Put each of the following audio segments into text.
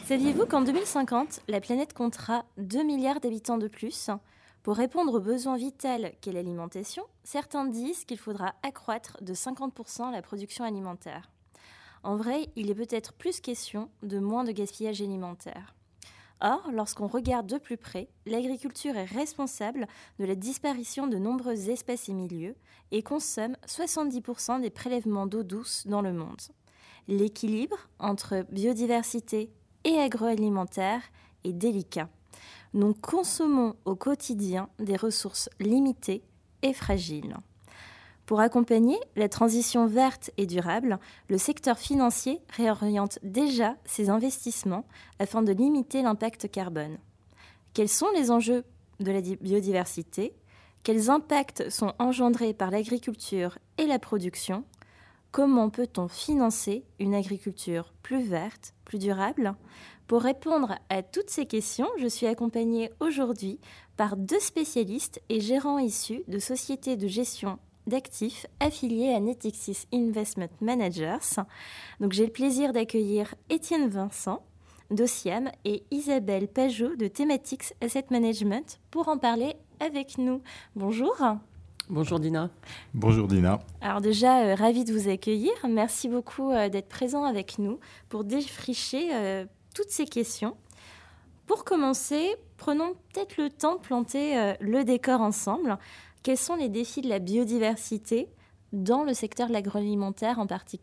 Saviez-vous qu'en 2050, la planète comptera 2 milliards d'habitants de plus? Pour répondre aux besoins vitaux qu'est l'alimentation, certains disent qu'il faudra accroître de 50% la production alimentaire. En vrai, il est peut-être plus question de moins de gaspillage alimentaire. Or, lorsqu'on regarde de plus près, l'agriculture est responsable de la disparition de nombreuses espèces et milieux et consomme 70% des prélèvements d'eau douce dans le monde. L'équilibre entre biodiversité et agroalimentaire est délicat. Nous consommons au quotidien des ressources limitées et fragiles. Pour accompagner la transition verte et durable, le secteur financier réoriente déjà ses investissements afin de limiter l'impact carbone. Quels sont les enjeux de la biodiversité? Quels impacts sont engendrés par l'agriculture et la production? Comment peut-on financer une agriculture plus verte, plus durable? Pour répondre à toutes ces questions, je suis accompagnée aujourd'hui par 2 spécialistes et gérants issus de sociétés de gestion d'actifs affiliés à Natixis Investment Managers. Donc j'ai le plaisir d'accueillir Étienne Vincent d'Ociam et Isabelle Pajot de Thematics Asset Management pour en parler avec nous. Bonjour. Bonjour Dina. Bonjour Dina. Alors déjà, ravie de vous accueillir. Merci beaucoup d'être présent avec nous pour défricher toutes ces questions. Pour commencer, prenons peut-être le temps de planter le décor ensemble. Quels sont les défis de la biodiversité dans le secteur de l'agroalimentaire en particulier ?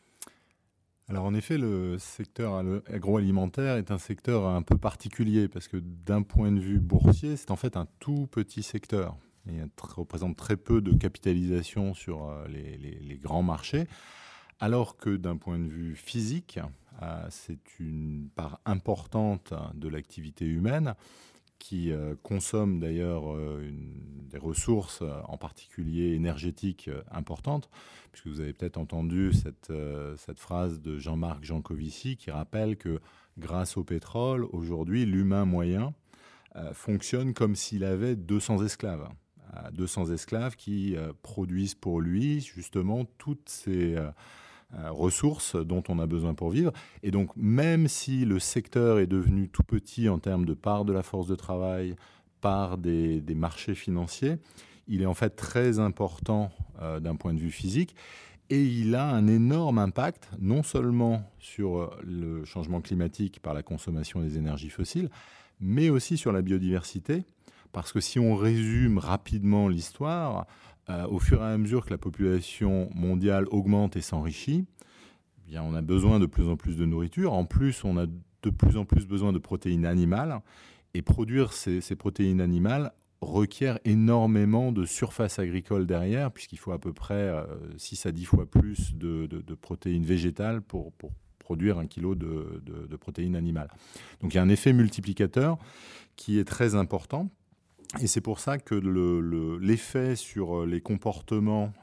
Alors en effet, le secteur agroalimentaire est un secteur un peu particulier parce que d'un point de vue boursier, c'est en fait un tout petit secteur. Il représente très peu de capitalisation sur les grands marchés, alors que d'un point de vue physique, c'est une part importante de l'activité humaine qui consomme d'ailleurs des ressources, en particulier énergétiques, importantes, puisque vous avez peut-être entendu cette phrase de Jean-Marc Jancovici qui rappelle que grâce au pétrole, aujourd'hui, l'humain moyen fonctionne comme s'il avait 200 esclaves. 200 esclaves qui produisent pour lui justement toutes ces ressources dont on a besoin pour vivre. Et donc, même si le secteur est devenu tout petit en termes de part de la force de travail, part des marchés financiers, il est en fait très important d'un point de vue physique. Et il a un énorme impact, non seulement sur le changement climatique par la consommation des énergies fossiles, mais aussi sur la biodiversité. Parce que si on résume rapidement l'histoire, au fur et à mesure que la population mondiale augmente et s'enrichit, eh bien on a besoin de plus en plus de nourriture. En plus, on a de plus en plus besoin de protéines animales. Et produire ces protéines animales requiert énormément de surface agricole derrière, puisqu'il faut à peu près 6 à 10 fois plus de protéines végétales pour produire 1 kilo de protéines animales. Donc il y a un effet multiplicateur qui est très important. Et c'est pour ça que l'effet sur les comportements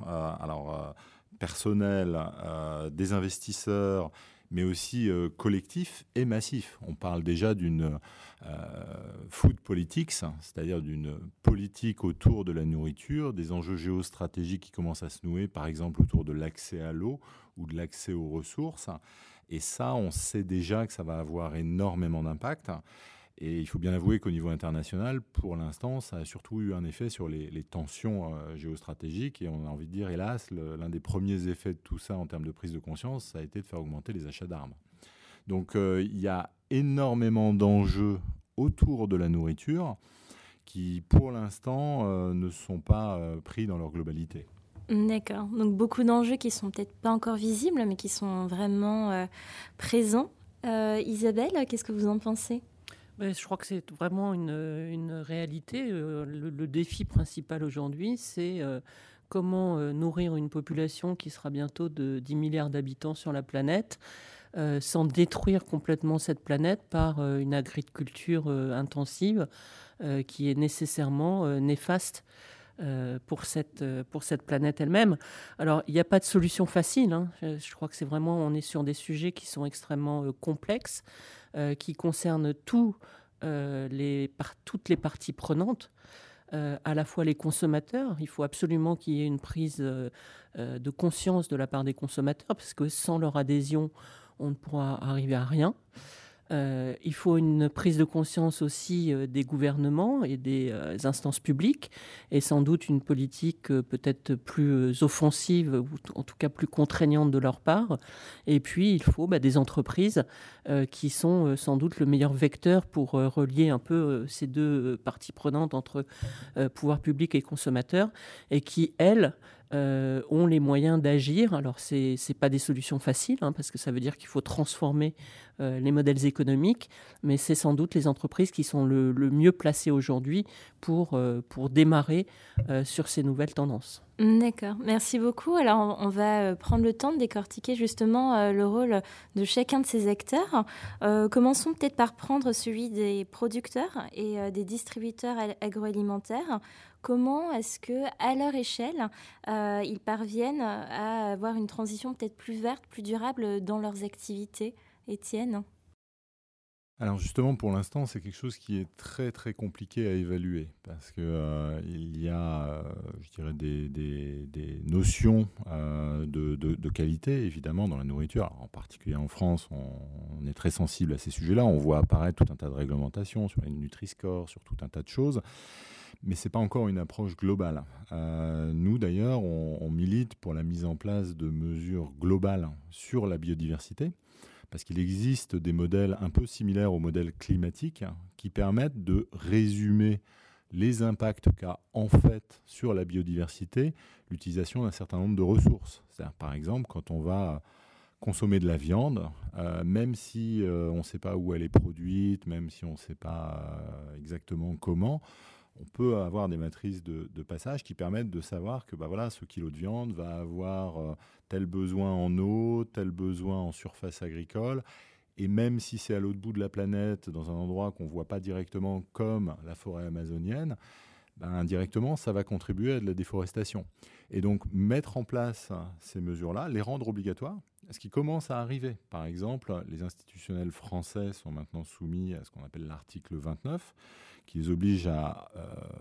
personnels des investisseurs, mais aussi collectifs, est massif. On parle déjà d'une food politics, c'est-à-dire d'une politique autour de la nourriture, des enjeux géostratégiques qui commencent à se nouer, par exemple autour de l'accès à l'eau ou de l'accès aux ressources. Et ça, on sait déjà que ça va avoir énormément d'impact. Et il faut bien avouer qu'au niveau international, pour l'instant, ça a surtout eu un effet sur les tensions géostratégiques. Et on a envie de dire, hélas, l'un des premiers effets de tout ça en termes de prise de conscience, ça a été de faire augmenter les achats d'armes. Donc il y a énormément d'enjeux autour de la nourriture qui, pour l'instant, ne sont pas pris dans leur globalité. D'accord. Donc beaucoup d'enjeux qui sont peut-être pas encore visibles, mais qui sont vraiment présents. Isabelle, qu'est-ce que vous en pensez ? Je crois que c'est vraiment une réalité. Le défi principal aujourd'hui, c'est comment nourrir une population qui sera bientôt de 10 milliards d'habitants sur la planète, sans détruire complètement cette planète par une agriculture intensive qui est nécessairement néfaste pour cette planète elle-même. Alors, il n'y a pas de solution facile. Hein. Je crois que c'est vraiment, on est sur des sujets qui sont extrêmement complexes, qui concernent toutes les parties prenantes, à la fois les consommateurs. Il faut absolument qu'il y ait une prise de conscience de la part des consommateurs, parce que sans leur adhésion, on ne pourra arriver à rien. Il faut une prise de conscience aussi des gouvernements et des instances publiques, et sans doute une politique peut-être plus offensive, ou en tout cas plus contraignante de leur part. Et puis, il faut des entreprises qui sont sans doute le meilleur vecteur pour relier un peu ces deux parties prenantes entre pouvoir public et consommateurs, et qui, elles, ont les moyens d'agir. Alors, c'est pas des solutions faciles, parce que ça veut dire qu'il faut transformer les modèles économiques, mais c'est sans doute les entreprises qui sont le mieux placées aujourd'hui pour démarrer sur ces nouvelles tendances. D'accord, merci beaucoup. Alors, on va prendre le temps de décortiquer justement le rôle de chacun de ces acteurs. Commençons peut-être par prendre celui des producteurs et des distributeurs agroalimentaires. Comment est-ce que, à leur échelle, ils parviennent à avoir une transition peut-être plus verte, plus durable dans leurs activités, Étienne ? Alors justement, pour l'instant, c'est quelque chose qui est très très compliqué à évaluer parce que il y a, je dirais, des notions de qualité, évidemment, dans la nourriture. Alors, en particulier en France, on est très sensible à ces sujets-là. On voit apparaître tout un tas de réglementations sur les Nutri-Score, sur tout un tas de choses. Mais ce n'est pas encore une approche globale. Nous, d'ailleurs, on milite pour la mise en place de mesures globales sur la biodiversité, parce qu'il existe des modèles un peu similaires aux modèles climatiques qui permettent de résumer les impacts qu'a en fait sur la biodiversité l'utilisation d'un certain nombre de ressources. C'est-à-dire, par exemple, quand on va consommer de la viande, même si on ne sait pas où elle est produite, même si on ne sait pas exactement comment, on peut avoir des matrices de passage qui permettent de savoir que ce kilo de viande va avoir tel besoin en eau, tel besoin en surface agricole. Et même si c'est à l'autre bout de la planète, dans un endroit qu'on ne voit pas directement comme la forêt amazonienne, indirectement, ça va contribuer à de la déforestation. Et donc, mettre en place ces mesures-là, les rendre obligatoires, ce qui commence à arriver. Par exemple, les institutionnels français sont maintenant soumis à ce qu'on appelle l'article 29, qui les oblige à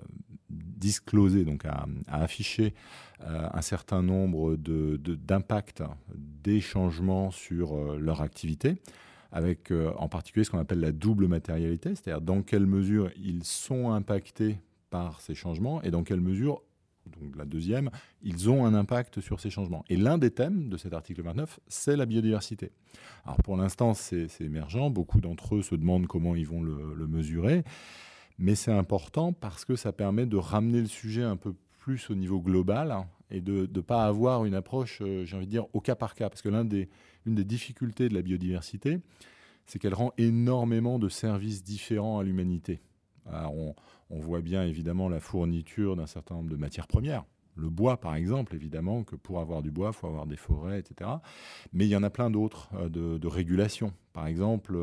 discloser, donc à afficher un certain nombre d'impacts des changements sur leur activité, avec en particulier ce qu'on appelle la double matérialité, c'est-à-dire dans quelle mesure ils sont impactés par ces changements et dans quelle mesure, donc la deuxième, ils ont un impact sur ces changements. Et l'un des thèmes de cet article 29, c'est la biodiversité. Alors pour l'instant, c'est émergent. Beaucoup d'entre eux se demandent comment ils vont le mesurer. Mais c'est important parce que ça permet de ramener le sujet un peu plus au niveau global et de ne pas avoir une approche, j'ai envie de dire, au cas par cas. Parce que l'une des difficultés de la biodiversité, c'est qu'elle rend énormément de services différents à l'humanité. Alors on voit bien évidemment la fourniture d'un certain nombre de matières premières. Le bois, par exemple, évidemment, que pour avoir du bois, il faut avoir des forêts, etc. Mais il y en a plein d'autres de régulations. Par exemple,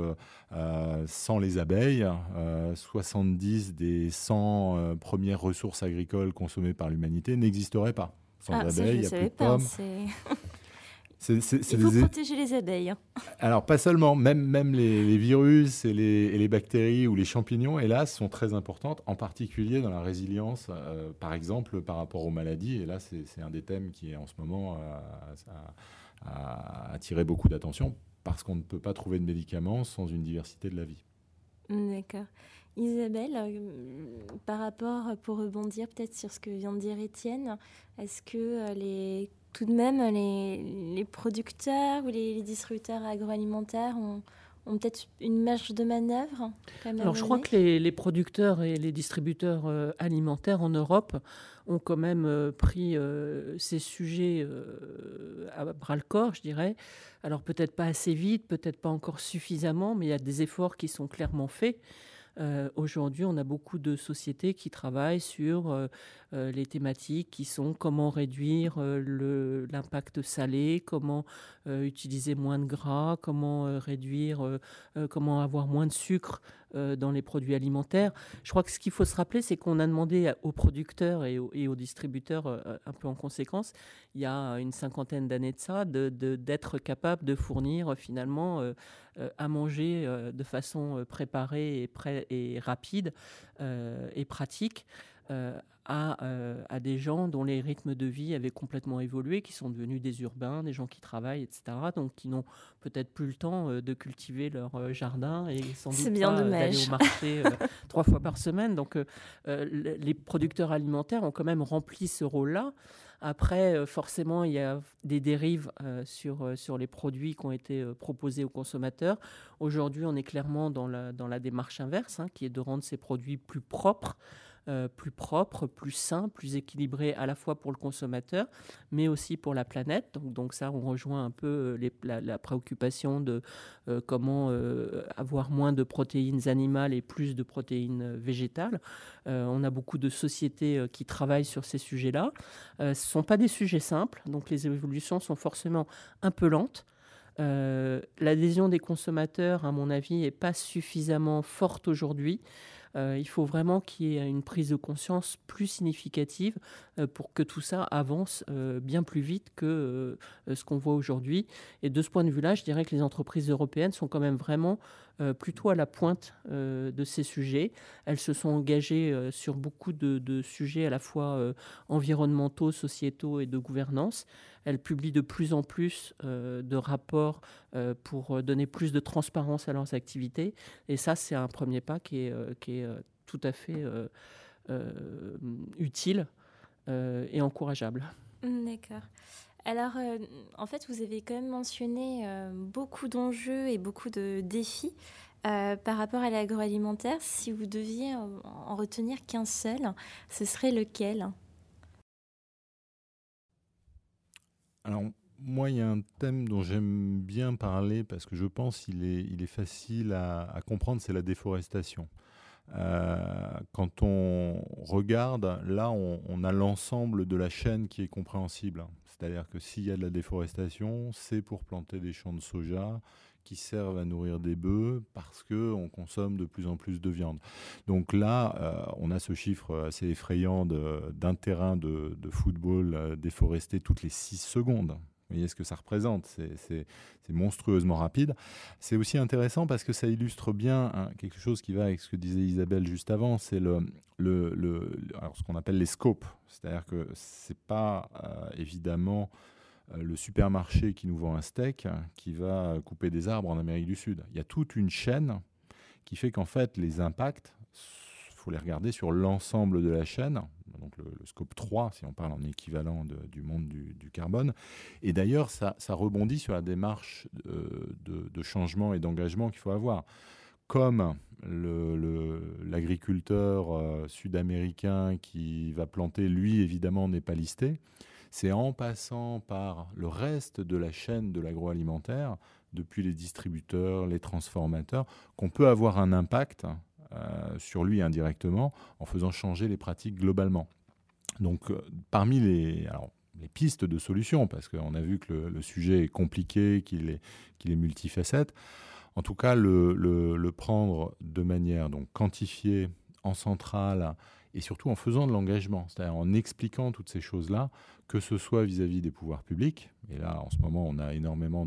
sans les abeilles, 70 des 100 premières ressources agricoles consommées par l'humanité n'existeraient pas. Sans abeilles, il n'y a plus de pommes. Il faut protéger les abeilles. Alors, pas seulement. Même les virus et les bactéries ou les champignons, hélas, sont très importantes, en particulier dans la résilience, par exemple, par rapport aux maladies. Et là, c'est un des thèmes qui, en ce moment, a attiré beaucoup d'attention, parce qu'on ne peut pas trouver de médicaments sans une diversité de la vie. D'accord. Isabelle, par rapport, pour rebondir peut-être sur ce que vient de dire Étienne, est-ce que tout de même, les producteurs ou les distributeurs agroalimentaires ont peut-être une marge de manœuvre quand même? Alors, je crois que les producteurs et les distributeurs alimentaires en Europe ont quand même pris ces sujets à bras-le-corps, je dirais. Alors, peut-être pas assez vite, peut-être pas encore suffisamment, mais il y a des efforts qui sont clairement faits. Aujourd'hui, on a beaucoup de sociétés qui travaillent sur les thématiques qui sont comment réduire l'impact salé, comment utiliser moins de gras, comment comment avoir moins de sucre dans les produits alimentaires. Je crois que ce qu'il faut se rappeler, c'est qu'on a demandé aux producteurs et aux distributeurs, un peu en conséquence, il y a une cinquantaine d'années de ça, d'être capable de fournir finalement à manger de façon préparée et rapide et pratique. à des gens dont les rythmes de vie avaient complètement évolué, qui sont devenus des urbains, des gens qui travaillent, etc. Donc qui n'ont peut-être plus le temps de cultiver leur jardin et sans C'est doute bien pas dommage. d'aller au marché 3 fois par semaine. Donc les producteurs alimentaires ont quand même rempli ce rôle-là. Après, forcément, il y a des dérives sur les produits qui ont été proposés aux consommateurs. Aujourd'hui, on est clairement dans la démarche inverse, qui est de rendre ces produits plus propres, plus sains, plus équilibrés à la fois pour le consommateur, mais aussi pour la planète. Donc ça, on rejoint un peu la préoccupation de comment avoir moins de protéines animales et plus de protéines végétales. On a beaucoup de sociétés qui travaillent sur ces sujets-là. Ce ne sont pas des sujets simples, donc les évolutions sont forcément un peu lentes. L'adhésion des consommateurs, à mon avis, n'est pas suffisamment forte aujourd'hui. Il faut vraiment qu'il y ait une prise de conscience plus significative pour que tout ça avance bien plus vite que ce qu'on voit aujourd'hui. Et de ce point de vue-là, je dirais que les entreprises européennes sont quand même vraiment plutôt à la pointe de ces sujets. Elles se sont engagées sur beaucoup de sujets à la fois environnementaux, sociétaux et de gouvernance. Elles publient de plus en plus de rapports pour donner plus de transparence à leurs activités. Et ça, c'est un premier pas qui est tout à fait utile et encourageable. D'accord. Alors, en fait, vous avez quand même mentionné beaucoup d'enjeux et beaucoup de défis par rapport à l'agroalimentaire. Si vous deviez en retenir qu'un seul, ce serait lequel ? Alors, moi, il y a un thème dont j'aime bien parler parce que je pense qu'il est facile à comprendre, c'est la déforestation. Quand on regarde, là, on a l'ensemble de la chaîne qui est compréhensible. C'est-à-dire que s'il y a de la déforestation, c'est pour planter des champs de soja qui servent à nourrir des bœufs parce qu'on consomme de plus en plus de viande. Donc là, on a ce chiffre assez effrayant d'un terrain de football déforesté toutes les 6 secondes. Vous voyez ce que ça représente, c'est monstrueusement rapide. C'est aussi intéressant parce que ça illustre bien quelque chose qui va avec ce que disait Isabelle juste avant, c'est alors ce qu'on appelle les scopes. C'est-à-dire que ce n'est pas évidemment le supermarché qui nous vend un steak qui va couper des arbres en Amérique du Sud. Il y a toute une chaîne qui fait qu'en fait, les impacts, il faut les regarder sur l'ensemble de la chaîne, donc le scope 3, si on parle en équivalent du monde du carbone. Et d'ailleurs, ça rebondit sur la démarche de changement et d'engagement qu'il faut avoir. Comme l'agriculteur sud-américain qui va planter, lui, évidemment, n'est pas listé, c'est en passant par le reste de la chaîne de l'agroalimentaire, depuis les distributeurs, les transformateurs, qu'on peut avoir un impact sur lui indirectement en faisant changer les pratiques globalement. Donc, parmi les pistes de solutions, parce qu'on a vu que le sujet est compliqué, qu'il est multifacette, en tout cas, le prendre de manière donc quantifiée, en centrale, et surtout en faisant de l'engagement, c'est-à-dire en expliquant toutes ces choses-là, que ce soit vis-à-vis des pouvoirs publics, et là, en ce moment, on a énormément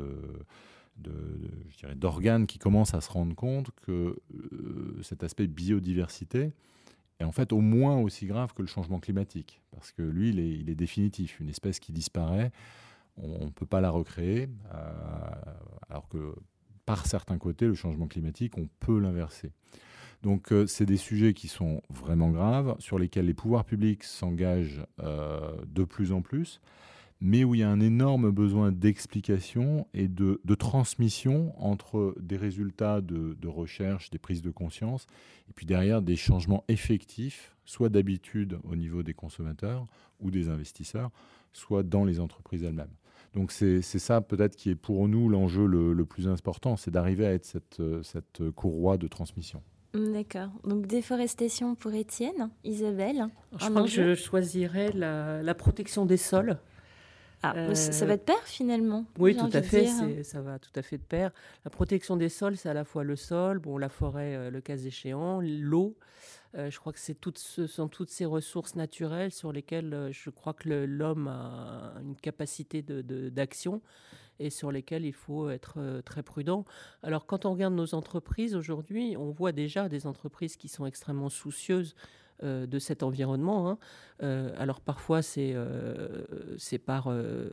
je dirais, d'organes qui commencent à se rendre compte que cet aspect biodiversité est en fait au moins aussi grave que le changement climatique, parce que lui, il est définitif. Une espèce qui disparaît, on ne peut pas la recréer, alors que par certains côtés, le changement climatique, on peut l'inverser. Donc, c'est des sujets qui sont vraiment graves, sur lesquels les pouvoirs publics s'engagent de plus en plus, mais où il y a un énorme besoin d'explication et de transmission entre des résultats de recherche, des prises de conscience, et puis derrière des changements effectifs, soit d'habitude au niveau des consommateurs ou des investisseurs, soit dans les entreprises elles-mêmes. Donc c'est ça peut-être qui est pour nous l'enjeu le plus important, c'est d'arriver à être cette courroie de transmission. D'accord. Donc déforestation pour Étienne, Isabelle. Je crois que je choisirais la protection des sols. Ça va de pair finalement. Oui, tout à fait, ça va tout à fait de pair. La protection des sols, c'est à la fois le sol, la forêt, le cas échéant, l'eau. Je crois que ce sont toutes ces ressources naturelles sur lesquelles je crois que l'homme a une capacité d'action et sur lesquelles il faut être très prudent. Alors, quand on regarde nos entreprises aujourd'hui, on voit déjà des entreprises qui sont extrêmement soucieuses de cet environnement, hein. Alors parfois c'est par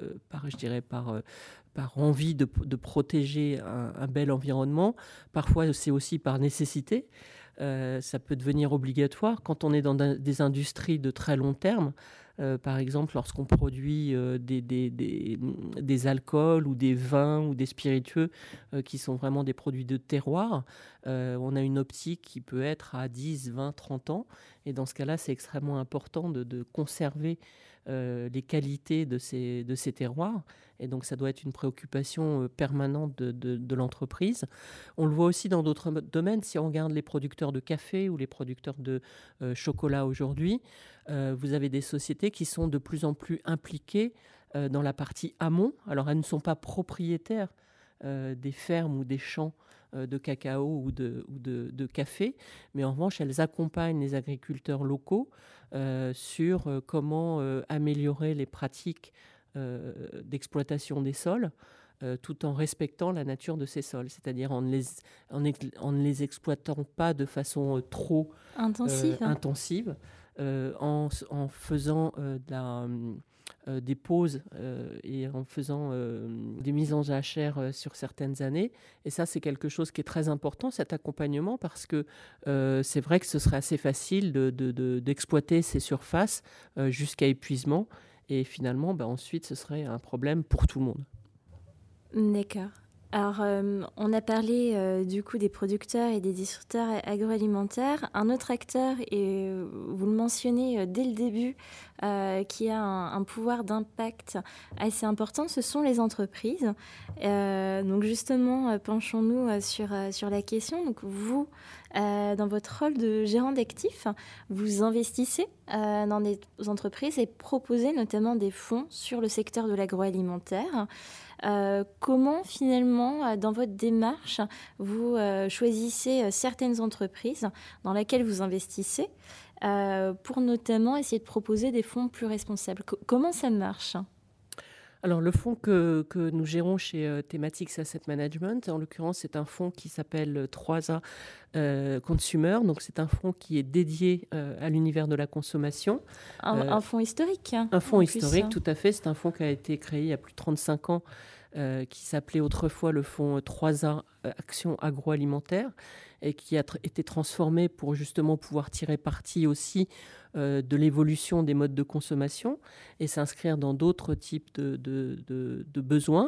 envie de protéger un bel environnement. Parfois c'est aussi par nécessité. Ça peut devenir obligatoire quand on est dans des industries de très long terme. Par exemple, lorsqu'on produit des alcools ou des vins ou des spiritueux qui sont vraiment des produits de terroir, on a une optique qui peut être à 10, 20, 30 ans. Et dans ce cas-là, c'est extrêmement important de conserver les qualités de ces terroirs. Et donc, ça doit être une préoccupation permanente de l'entreprise. On le voit aussi dans d'autres domaines. Si on regarde les producteurs de café ou les producteurs de chocolat aujourd'hui, vous avez des sociétés qui sont de plus en plus impliquées dans la partie amont. Alors, elles ne sont pas propriétaires des fermes ou des champs de cacao ou de café, mais en revanche, elles accompagnent les agriculteurs locaux sur comment améliorer les pratiques d'exploitation des sols, tout en respectant la nature de ces sols, c'est-à-dire en ne les exploitant pas de façon trop intensive, en faisant des pauses et en faisant des mises en jachère sur certaines années. Et ça, c'est quelque chose qui est très important, cet accompagnement, parce que c'est vrai que ce serait assez facile d'exploiter ces surfaces jusqu'à épuisement. Et finalement, ensuite, ce serait un problème pour tout le monde. D'accord. Alors, on a parlé du coup des producteurs et des distributeurs agroalimentaires. Un autre acteur, et vous le mentionnez dès le début, qui a un pouvoir d'impact assez important, ce sont les entreprises. Donc justement, penchons-nous sur la question. Donc vous, dans votre rôle de gérant d'actifs, vous investissez dans des entreprises et proposez notamment des fonds sur le secteur de l'agroalimentaire. Comment finalement, dans votre démarche, vous choisissez certaines entreprises dans lesquelles vous investissez pour notamment essayer de proposer des fonds plus responsables? Comment ça marche ? Alors, le fonds que nous gérons chez Thematics Asset Management, en l'occurrence, c'est un fonds qui s'appelle 3A Consumer. Donc, c'est un fonds qui est dédié à l'univers de la consommation. Un fonds historique. Un fonds historique, tout à fait. C'est un fonds qui a été créé il y a plus de 35 ans, qui s'appelait autrefois le fonds 3A Action Agroalimentaire, et qui a été transformé pour justement pouvoir tirer parti aussi de l'évolution des modes de consommation et s'inscrire dans d'autres types de besoins.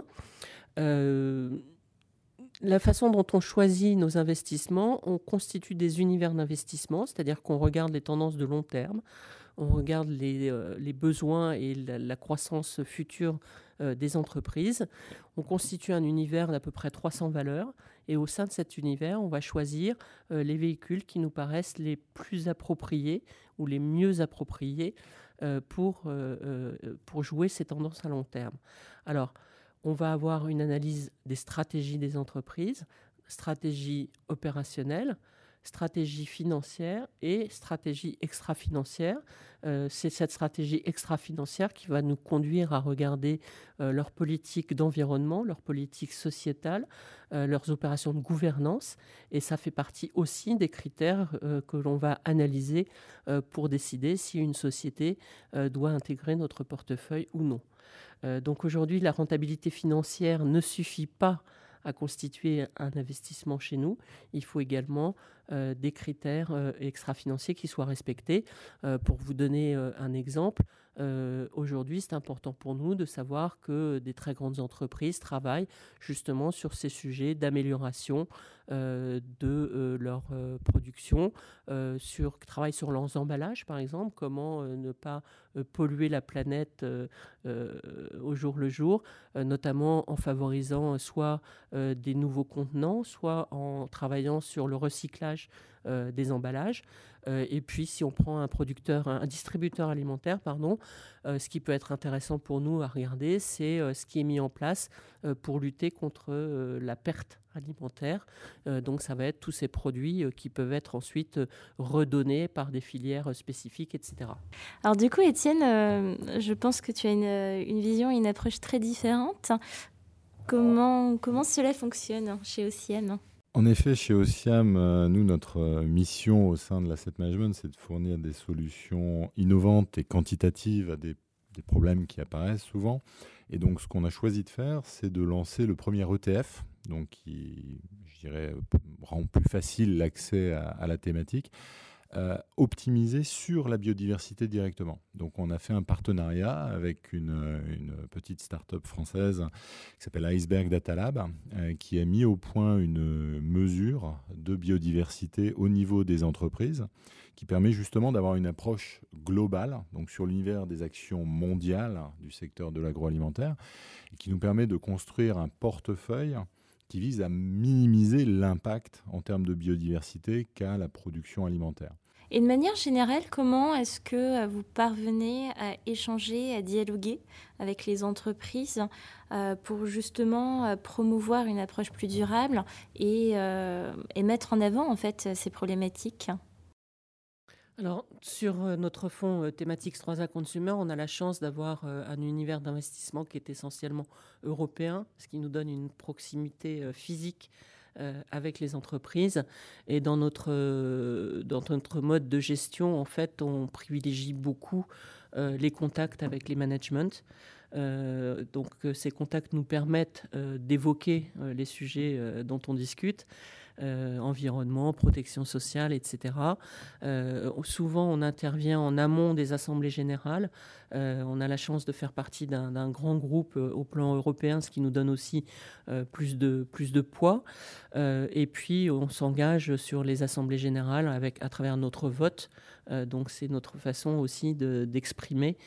La façon dont on choisit nos investissements, on constitue des univers d'investissement, c'est-à-dire qu'on regarde les tendances de long terme, on regarde les besoins et la croissance future des entreprises. On constitue un univers d'à peu près 300 valeurs et au sein de cet univers, on va choisir les véhicules qui nous paraissent les plus appropriés ou les mieux appropriés pour jouer ces tendances à long terme. Alors, on va avoir une analyse des stratégies des entreprises, stratégie opérationnelle, stratégie financière et stratégie extra-financière. C'est cette stratégie extra-financière qui va nous conduire à regarder leur politique d'environnement, leur politique sociétale, leurs opérations de gouvernance. Et ça fait partie aussi des critères que l'on va analyser pour décider si une société doit intégrer notre portefeuille ou non. Donc aujourd'hui, la rentabilité financière ne suffit pas à constituer un investissement chez nous. Il faut également des critères extra-financiers qui soient respectés. Pour vous donner un exemple, aujourd'hui, c'est important pour nous de savoir que des très grandes entreprises travaillent justement sur ces sujets d'amélioration de leur production, travaillent sur leurs emballages, par exemple, comment ne pas polluer la planète au jour le jour, notamment en favorisant soit des nouveaux contenants, soit en travaillant sur le recyclage des emballages. Et puis, si on prend un distributeur alimentaire, ce qui peut être intéressant pour nous à regarder, c'est ce qui est mis en place pour lutter contre la perte alimentaire. Donc, ça va être tous ces produits qui peuvent être ensuite redonnés par des filières spécifiques, etc. Alors du coup, Étienne, je pense que tu as une vision, une approche très différente. Comment cela fonctionne chez OCM ? En effet, chez Osiam, nous, notre mission au sein de l'asset management, c'est de fournir des solutions innovantes et quantitatives à des problèmes qui apparaissent souvent. Et donc, ce qu'on a choisi de faire, c'est de lancer le premier ETF, donc qui, je dirais, rend plus facile l'accès à la thématique, optimisé sur la biodiversité directement. Donc, on a fait un partenariat avec une petite start-up française qui s'appelle Iceberg Data Lab, qui a mis au point une mesure de biodiversité au niveau des entreprises, qui permet justement d'avoir une approche globale, donc sur l'univers des actions mondiales du secteur de l'agroalimentaire, et qui nous permet de construire un portefeuille qui vise à minimiser l'impact en termes de biodiversité qu'a la production alimentaire. Et de manière générale, comment est-ce que vous parvenez à échanger, à dialoguer avec les entreprises pour justement promouvoir une approche plus durable et mettre en avant en fait ces problématiques ? Alors, sur notre fonds thématique 3A Consumer, on a la chance d'avoir un univers d'investissement qui est essentiellement européen, ce qui nous donne une proximité physique avec les entreprises. Et dans notre mode de gestion, en fait, on privilégie beaucoup les contacts avec les managements. Donc, ces contacts nous permettent d'évoquer les sujets dont on discute. Environnement, protection sociale, etc. Souvent, on intervient en amont des assemblées générales. On a la chance de faire partie d'un grand groupe au plan européen, ce qui nous donne aussi plus de poids. Et puis, on s'engage sur les assemblées générales à travers notre vote. Donc, c'est notre façon aussi d'exprimer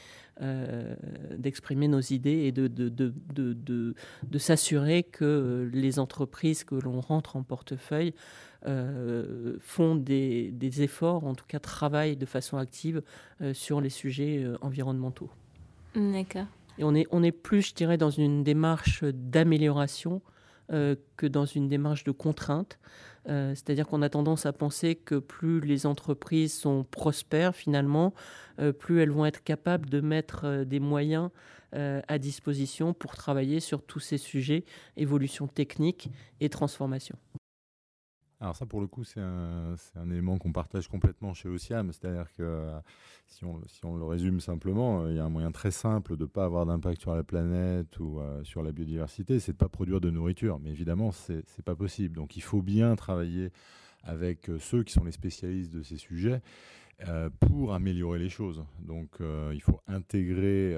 nos idées et de s'assurer que les entreprises que l'on rentre en portefeuille font des efforts, en tout cas travaillent de façon active sur les sujets environnementaux. D'accord. Et on est plus, je dirais, dans une démarche d'amélioration que dans une démarche de contrainte. C'est-à-dire qu'on a tendance à penser que plus les entreprises sont prospères, finalement, plus elles vont être capables de mettre des moyens à disposition pour travailler sur tous ces sujets, évolution technique et transformation. Alors ça, pour le coup, c'est un élément qu'on partage complètement chez Osiam. C'est-à-dire que si on le résume simplement, il y a un moyen très simple de ne pas avoir d'impact sur la planète ou sur la biodiversité, c'est de ne pas produire de nourriture. Mais évidemment, ce n'est pas possible. Donc il faut bien travailler avec ceux qui sont les spécialistes de ces sujets pour améliorer les choses. Donc il faut intégrer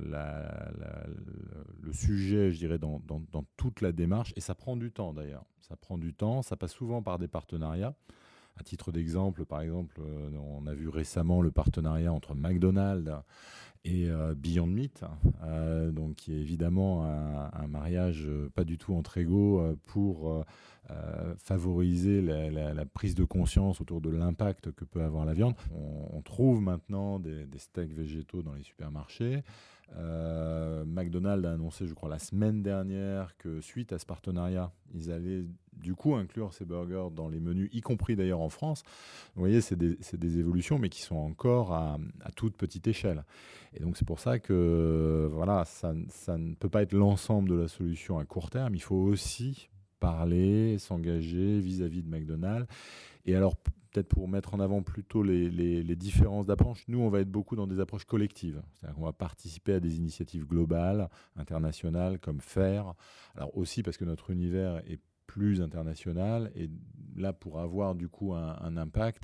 le sujet, je dirais, dans toute la démarche. Et ça prend du temps d'ailleurs. Ça prend du temps, ça passe souvent par des partenariats. À titre d'exemple, par exemple, on a vu récemment le partenariat entre McDonald's et Beyond Meat, donc qui est évidemment un mariage pas du tout entre égaux pour favoriser la prise de conscience autour de l'impact que peut avoir la viande. On trouve maintenant des steaks végétaux dans les supermarchés. McDonald's a annoncé, je crois, la semaine dernière que suite à ce partenariat, ils allaient du coup inclure ces burgers dans les menus, y compris d'ailleurs en France. Vous voyez, c'est des évolutions, mais qui sont encore à toute petite échelle. Et donc c'est pour ça que voilà, ça ne peut pas être l'ensemble de la solution à court terme. Il faut aussi parler, s'engager vis-à-vis de McDonald's. Et alors, peut-être pour mettre en avant plutôt les différences d'approche, nous, on va être beaucoup dans des approches collectives. C'est-à-dire qu'on va participer à des initiatives globales, internationales, comme FAIR. Alors aussi parce que notre univers est plus international. Et là, pour avoir du coup un impact,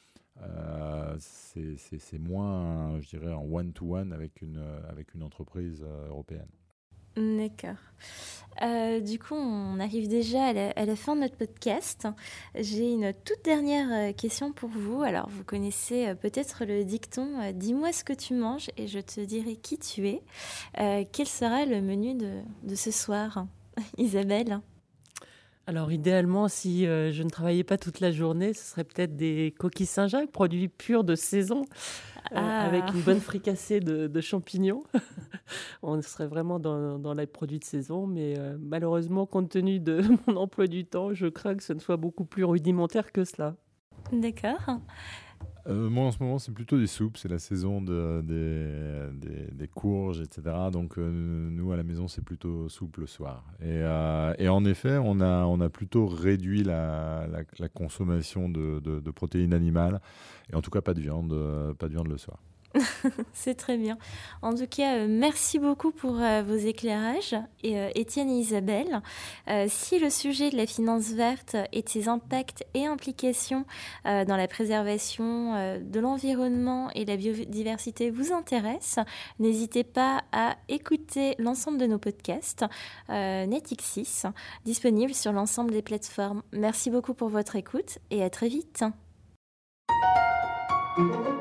c'est moins, je dirais, en one-to-one avec une entreprise européenne. D'accord. Du coup, on arrive déjà à la fin de notre podcast. J'ai une toute dernière question pour vous. Alors, vous connaissez peut-être le dicton « Dis-moi ce que tu manges et je te dirai qui tu es ». Quel sera le menu de ce soir, Isabelle ? Alors, idéalement, si je ne travaillais pas toute la journée, ce serait peut-être des coquilles Saint-Jacques, produits purs de saison, avec une bonne fricassée de champignons. On serait vraiment dans les produits de saison, mais malheureusement, compte tenu de mon emploi du temps, je crains que ce ne soit beaucoup plus rudimentaire que cela. D'accord. Moi, en ce moment, c'est plutôt des soupes. C'est la saison des courges, etc. Donc, nous, à la maison, c'est plutôt soupe le soir. Et en effet, on a plutôt réduit la consommation de protéines animales. Et en tout cas, pas de viande le soir. C'est très bien. En tout cas, merci beaucoup pour vos éclairages, Étienne et Isabelle. Si le sujet de la finance verte et de ses impacts et implications dans la préservation de l'environnement et de la biodiversité vous intéresse, n'hésitez pas à écouter l'ensemble de nos podcasts Netixis, disponibles sur l'ensemble des plateformes. Merci beaucoup pour votre écoute et à très vite.